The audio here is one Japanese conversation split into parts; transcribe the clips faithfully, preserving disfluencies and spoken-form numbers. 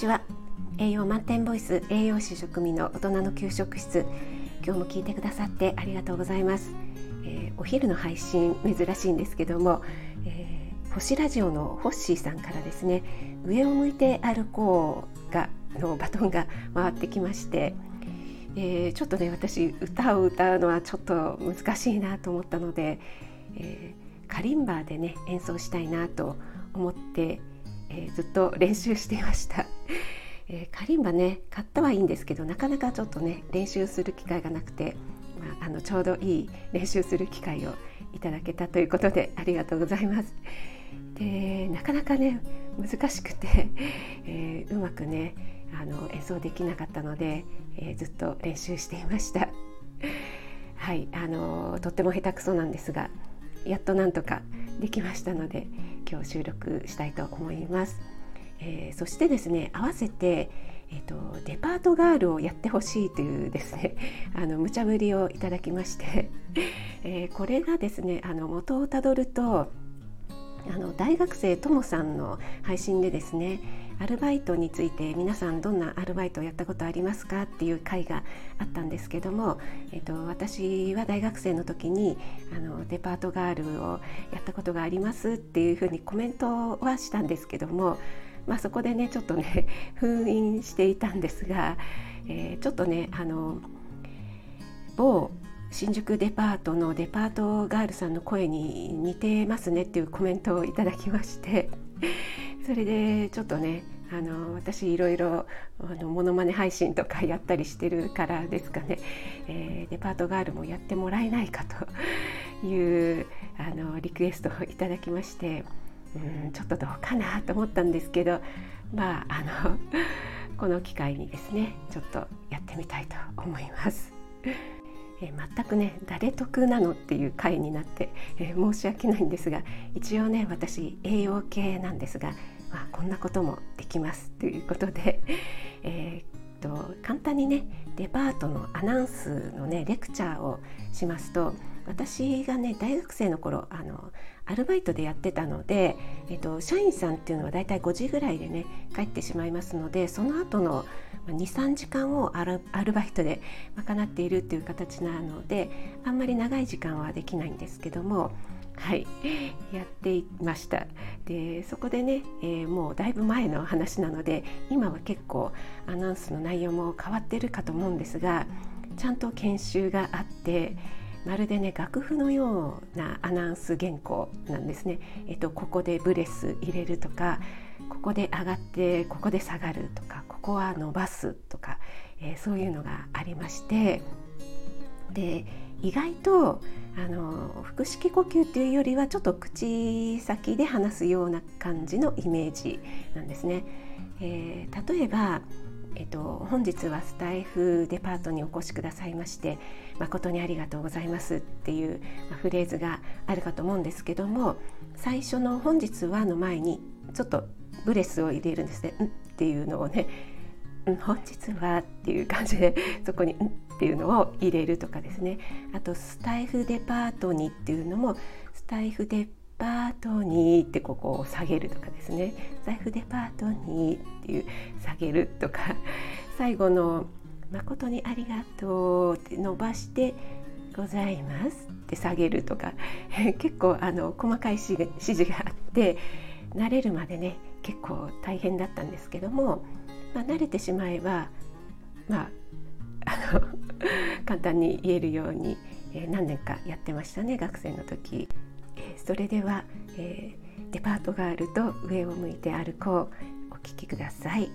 は。栄養満点ボイス栄養士食味の大人の給食室、今日も聞いてくださってありがとうございます。えー、お昼の配信珍しいんですけども、えー、星ラジオのホッシーさんからですね、上を向いて歩こうがのバトンが回ってきまして、えー、ちょっとね私歌を歌うのはちょっと難しいなと思ったので、えー、カリンバでね演奏したいなと思って、えー、ずっと練習していました。えー、カリンバね買ったはいいんですけど、なかなかちょっとね練習する機会がなくて、まあ、あのちょうどいい練習する機会をいただけたということでありがとうございます。でなかなかね難しくて、えー、うまくねあの演奏できなかったので、えー、ずっと練習していました。はい、あのとっても下手くそなんですが、やっとなんとかできましたので今日収録したいと思います。えー、そしてですね、合わせて、えーと、デパートガールをやってほしいというですねあの無茶ぶりをいただきまして、えー、これがですねあの元をたどると、あの大学生ともさんの配信でですね、アルバイトについて皆さんどんなアルバイトをやったことありますかっていう回があったんですけども、えっと、私は大学生の時にあのデパートガールをやったことがありますっていうふうにコメントはしたんですけども、まあ、そこでねちょっとね封印していたんですが、えー、ちょっとねあの某新宿デパートのデパートガールさんの声に似てますねっていうコメントをいただきまして、それでちょっとねあの私いろいろあのモノマネ配信とかやったりしてるからですかね、えー、デパートガールもやってもらえないかというあのリクエストをいただきまして、うんちょっとどうかなと思ったんですけど、まああのこの機会にですねちょっとやってみたいと思います。えー、全くね誰得なのっていう回になって、えー、申し訳ないんですが、一応ね私栄養系なんですが、まあ、こんなこともできますということで、えー、っと簡単にねデパートのアナウンスのねレクチャーをしますと、私がね大学生の頃あのアルバイトでやってたので、えっと、社員さんっていうのはだいたいごじぐらいでね帰ってしまいますので、その後の にさんじかんをアル、アルバイトで賄っているっていう形なので、あんまり長い時間はできないんですけども、はいやっていました。でそこでね、えー、もうだいぶ前の話なので今は結構アナウンスの内容も変わってるかと思うんですが、ちゃんと研修があって、まるでね楽譜のようなアナウンス原稿なんですね。えっと、ここでブレス入れるとか、ここで上がってここで下がるとか、ここは伸ばすとか、えー、そういうのがありまして、で意外とあの腹式呼吸っていうよりはちょっと口先で話すような感じのイメージなんですね。えー、例えばえっと、本日はスタイフデパートにお越しくださいまして誠にありがとうございますっていう、まあ、フレーズがあるかと思うんですけども、最初の本日はの前にちょっとブレスを入れるんですね。んっていうのをね、ん本日はっていう感じでそこにんっていうのを入れるとかですね。あとスタイフデパートにっていうのもスタイフデパートにってここを下げるとかですね、スタイフデパートにっていう下げるとか、最後の誠にありがとうって伸ばしてございますって下げるとか結構あの細かい指示があって、慣れるまでね結構大変だったんですけども、まあ、慣れてしまえばまああの簡単に言えるように、えー、何年かやってましたね、学生の時。それでは、えー、デパートガールと上を向いて歩こう、お聞きください。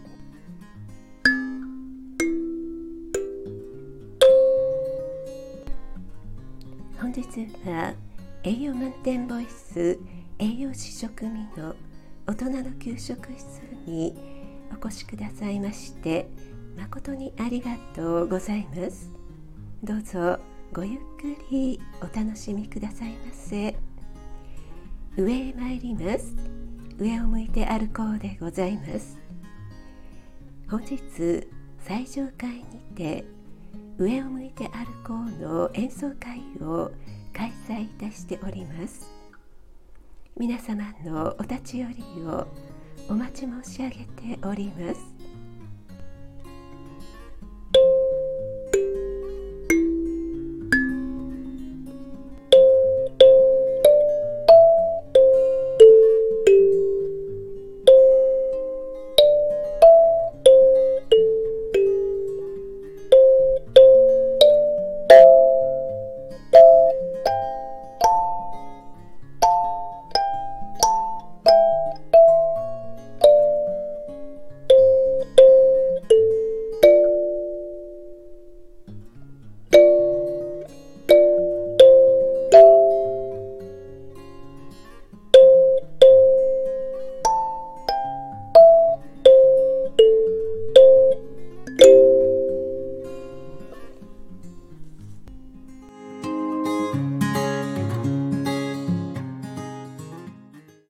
本日は栄養満点ボイス栄養士食味の大人の給食室にお越しくださいまして誠にありがとうございます。どうぞごゆっくりお楽しみくださいませ。上へ参ります。上を向いて歩こうでございます。本日最上階にて上を向いて歩こうの演奏会を開催いたしております。皆様のお立ち寄りをお待ち申し上げております。